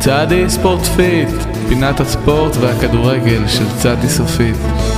צעדי ספורט פיט, פינת הספורט והכדורגל של צעדי סופית.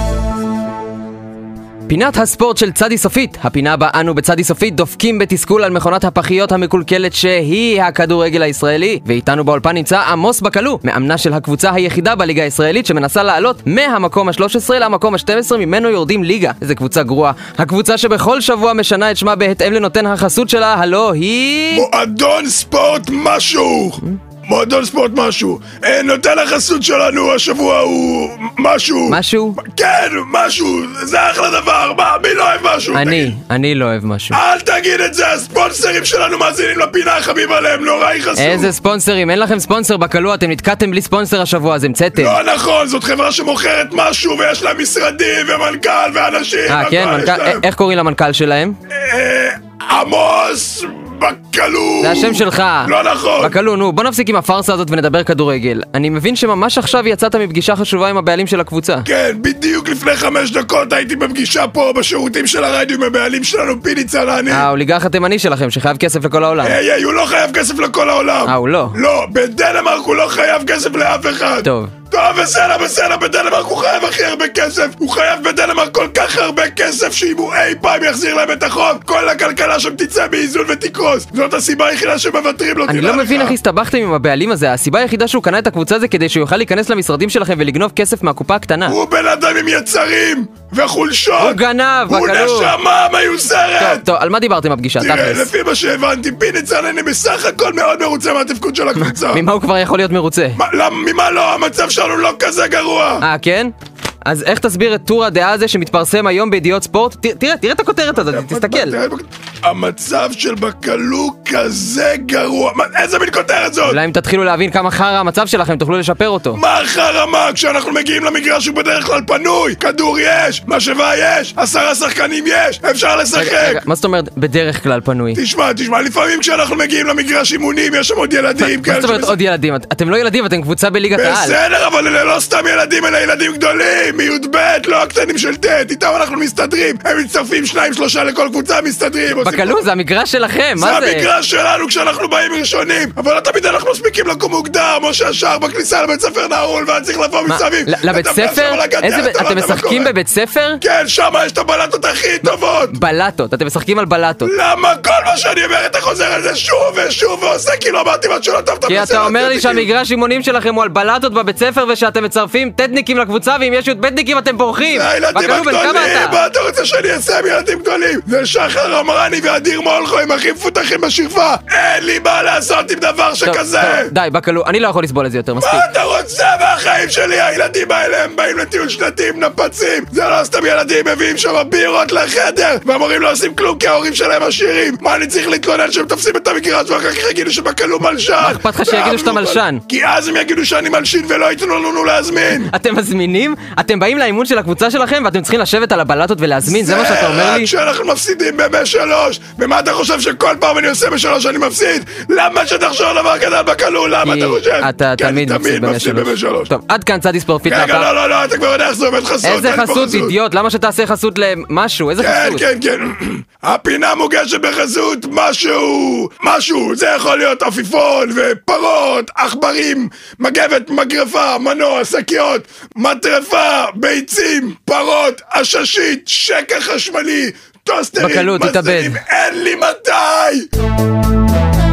פינת הספורט של צעדי סופית, הפינה בה אנו בצעדי סופית דופקים בתסכול על מכונת הפחיות המקולקלת שהיא הכדורגל הישראלי. ואיתנו באולפן נמצא עמוס בקלו, מאמנה של הקבוצה היחידה בליגה הישראלית שמנסה לעלות מהמקום ה-13 למקום ה-12 ממנו יורדים ליגה. איזה קבוצה גרועה. הקבוצה שבכל שבוע משנה את שמה בהתאם לנותן החסות שלה, הלא היא... מועדון ספורט משהו! מועדון ספורט משהו. נותן החסות שלנו השבוע הוא משהו. משהו? כן, משהו. זה אחלה דבר. מה? מי לא אוהב משהו? אני לא אוהב משהו. אל תגיד את זה. הספונסרים שלנו מאזינים לפינה, חביב עליהם. נורא יחסו. איזה ספונסרים? אין לכם ספונסר בקלו. אתם נתקעתם בלי ספונסר השבוע, אז המצאתם. לא נכון. זאת חברה שמוכרת משהו ויש להם משרדים ומנכ"ל ואנשים. כן, איך קוראים למנכ"ל שלהם? עמוס בקלו. זה השם שלך. לא נכון. בקלו, נו, בוא נפסיק עם הפרסה הזאת ונדבר כדורגל. אני מבין שממש עכשיו יצאת מפגישה חשובה עם הבעלים של הקבוצה. כן, בדיוק לפני 5 דקות הייתי בפגישה פה בשירותים של הרדיו עם הבעלים שלנו, פיני צלני. האוליגרך התימני שלכם שחייב כסף לכל העולם. הוא לא חייב כסף לכל העולם. הוא לא? לא, בדנמרק הוא לא חייב כסף לאף אחד. טוב, בסדר, בדנמרק הוא חייב הכי הרבה כסף. הוא חייב בדנמרק כל כך הרבה כסף שאם הוא אי פעם יחזיר להם את החוב, כל הכלכלה שם תצא באיזון ותקרוס. זאת הסיבה היחידה שמוותרים לו. אני לא מבין איך הסתבכתם עם הבעלים הזה. הסיבה היחידה שהוא קנה את הקבוצה זה כדי שהוא יוכל להיכנס למשרדים שלכם ולגנוב כסף מהקופה הקטנה. הוא בן אדם עם יצרים וחולשות. הוא גנב, הוא נשמה מיוסרת. טוב, על מה דיברתם בפגישה? תראה, לפי מה שהבנתי, פיני צלני בסך הכל מאוד מרוצה מהתפקוד של הקבוצה. ממה הוא כבר יכול להיות מרוצה? ממה לא? המצב שלנו לא כזה גרוע. כן? אז איך תסביר את טור הדעה הזה שמתפרסם היום בידיעות ספורט? תראה את הכותרת הזאת, תסתכל. המצב של בקלו כזה גרוע. איזה מין כותרת זאת? אולי אם תתחילו להבין כמה חרא המצב שלכם, תוכלו לשפר אותו. מה חרא מה? כשאנחנו מגיעים למגרש הוא בדרך כלל פנוי. כדור יש, משאבה יש, 10 שחקנים יש, אפשר לשחק. רגע, מה זאת אומרת בדרך כלל פנוי? תשמע, לפעמים כשאנחנו מגיעים למגרש אימונים יש שם עוד ילדים. מה זאת אומרת עוד ילדים? אתם לא ילדים, אתם קבוצה בליגת העל. בסדר, אבל אלה לא סתם ילדים, אלה ילדים גדולים, מי"ב, לא הקטנים של ט', איתם אנחנו מסתדרים. הם מצטרפים 2-3 לכל קבוצה, מסתדרים. בקלו, זה המגרש שלכם, מה זה? זה המגרש שלנו כשאנחנו באים ראשונים, אבל לא תמיד אנחנו מספיקים לקום מוקדם, או שהשאר בכניסה לבית ספר נעול, ואני צריך לבוא מסביב. לבית ספר? אתם משחקים בבית ספר? כן, שם יש את הבלטות הכי טובות. בלטות, אתם משחקים על בלטות. למה כל מה שאני אומר אתה חוזר על זה שוב ושוב ועושה כאילו אמרתי מה שלא טוב. כי אתה אומר לי שהמגרש אימונים שלכם הוא על בלטות בבית ספר ושאתם מצרפים טדניקים לקבוצה ואם יש בטניקים אתם בורחים. זה הילדים הגדולים, מה אתה רוצה שאני אעשה עם ילדים גדולים? זה שחר אמרני ואדיר מולכו הם הכי מפותחים בשכבה. אין לי מה לעשות עם דבר שכזה. די, בקלו, אני לא יכול לסבול את זה יותר, מספיק. מה אתה רוצה מהחיים שלי? הילדים האלה הם באים לטיול שנתיים נפצים. זה לא סתם ילדים, מביאים שם בירות לחדר והמורים לא עושים כלום כי ההורים שלהם עשירים. מה אני צריך להתלונן שהם תופסים את המגרש ואחר כך יגידו שבקלו מלשן? מה אכפת לך שיגידו שאתה מלשן? כי אז הם יגידו שאני מלשין ולא ייתנו לנו להזמין. אתם מזמינים? אתם באים לאימון של הקבוצה שלכם ואתם צריכים לשבת על הבלטות ולהזמין? זה מה שאתה אומר לי? זה רק כשאנחנו מפסידים ב-3. ומה אתה חושב שכל פעם אני עושה ב-3 אני מפסיד? למה שתחשוב דבר כזה בקלו? למה אתה חושב? אתה תמיד מפסיד ב-3. טוב, עד כאן צעדי ספורט פיט. רגע, לא, אתה כבר יודע איך זה עובד חסות. איזה חסות, אידיוט? למה שתעשה חסות למשהו? איזה חסות? כן. הפינה מוגשת בחסות משהו. זה יכול להיות עפיפון ופרות, עכברים, מגבת, מגרפה, מנוע, שקיות, מטרפה, ביצים, פרות, עששית, שקע חשמלי, טוסטרים, בקלות, תתאבד. אין לי מתי!